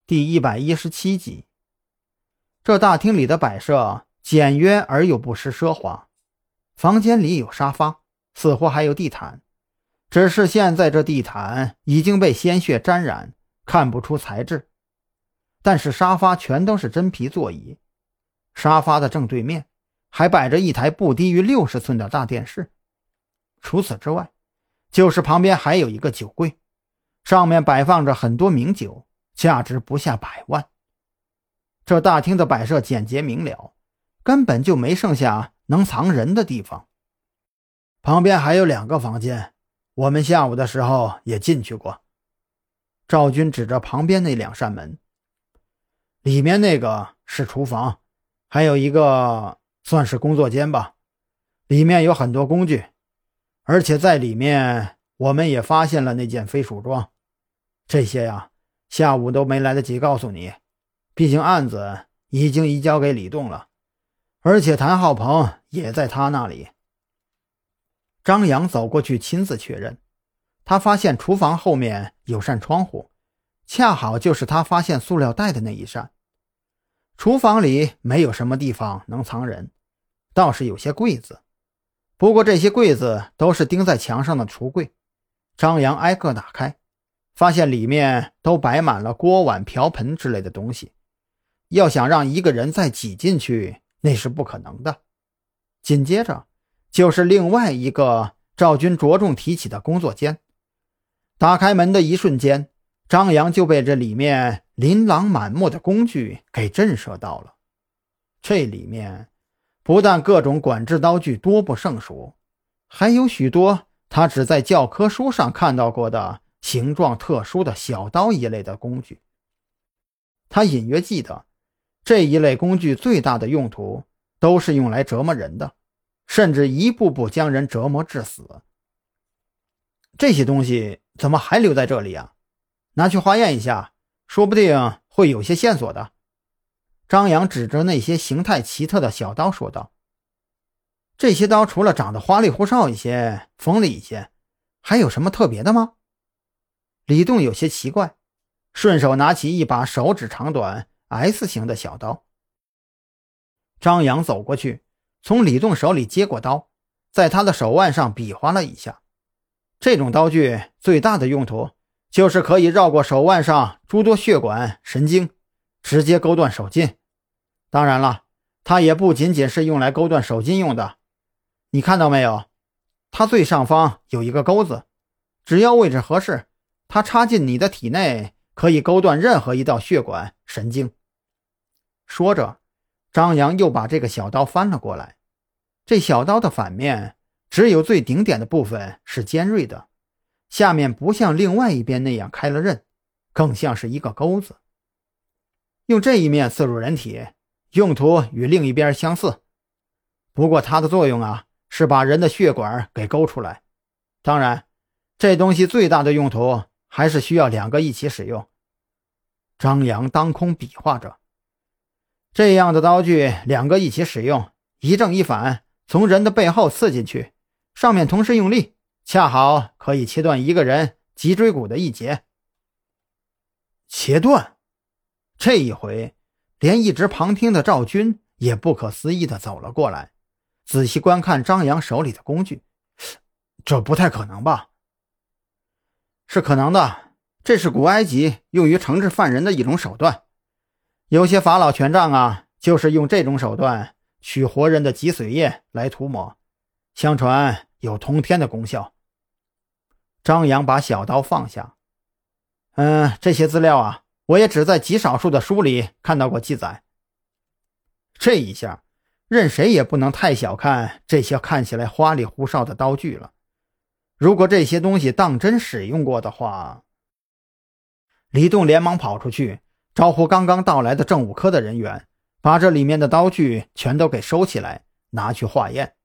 第117集。这大厅里的摆设简约而又不失奢华，房间里有沙发，似乎还有地毯，只是现在这地毯已经被鲜血沾染，看不出材质。但是沙发全都是真皮座椅，沙发的正对面还摆着一台不低于60寸的大电视。除此之外，就是旁边还有一个酒柜，上面摆放着很多名酒，价值不下100万。这大厅的摆设简洁明了，根本就没剩下能藏人的地方。旁边还有2个房间，我们下午的时候也进去过。赵军指着旁边那2扇门，里面那个是厨房，还有一个算是工作间吧，里面有很多工具，而且在里面我们也发现了那件飞鼠装。这些呀，下午都没来得及告诉你，毕竟案子已经移交给李栋了，而且谭浩鹏也在他那里。张扬走过去亲自确认，他发现厨房后面有扇窗户，恰好就是他发现塑料袋的那一扇。厨房里没有什么地方能藏人，倒是有些柜子，不过这些柜子都是钉在墙上的橱柜。张扬挨个打开，发现里面都摆满了锅碗瓢盆之类的东西，要想让一个人再挤进去，那是不可能的。紧接着就是另外一个赵军着重提起的工作间。打开门的一瞬间，张扬就被这里面琳琅满目的工具给震慑到了。这里面不但各种管制刀具多不胜数，还有许多他只在教科书上看到过的形状特殊的小刀一类的工具。他隐约记得，这一类工具最大的用途都是用来折磨人的，甚至一步步将人折磨致死。这些东西怎么还留在这里啊？拿去化验一下，说不定会有些线索的。张扬指着那些形态奇特的小刀说道。这些刀除了长得花里胡哨一些，锋利一些，还有什么特别的吗？李栋有些奇怪，顺手拿起一把手指长短 S 型的小刀。张扬走过去，从李栋手里接过刀，在他的手腕上比划了一下。这种刀具最大的用途就是可以绕过手腕上诸多血管神经，直接勾断手筋。当然了，它也不仅仅是用来勾断手筋用的。你看到没有，它最上方有一个钩子，只要位置合适，它插进你的体内，可以勾断任何一道血管神经。说着，张扬又把这个小刀翻了过来。这小刀的反面只有最顶点的部分是尖锐的，下面不像另外一边那样开了刃，更像是一个钩子。用这一面刺入人体，用途与另一边相似，不过它的作用啊，是把人的血管给勾出来。当然，这东西最大的用途还是需要2个一起使用。张扬当空比划着，这样的刀具2个一起使用，一正一反，从人的背后刺进去，上面同时用力，恰好可以切断一个人脊椎骨的一节。切断？这一回连一直旁听的赵军也不可思议地走了过来，仔细观看张扬手里的工具。这不太可能吧？是可能的，这是古埃及用于惩治犯人的一种手段。有些法老权杖啊，就是用这种手段取活人的脊髓液来涂抹，相传有通天的功效。张扬把小刀放下。这些资料啊，我也只在极少数的书里看到过记载。这一下，任谁也不能太小看这些看起来花里胡哨的刀具了。如果这些东西当真使用过的话……李栋连忙跑出去，招呼刚刚到来的政务科的人员，把这里面的刀具全都给收起来，拿去化验。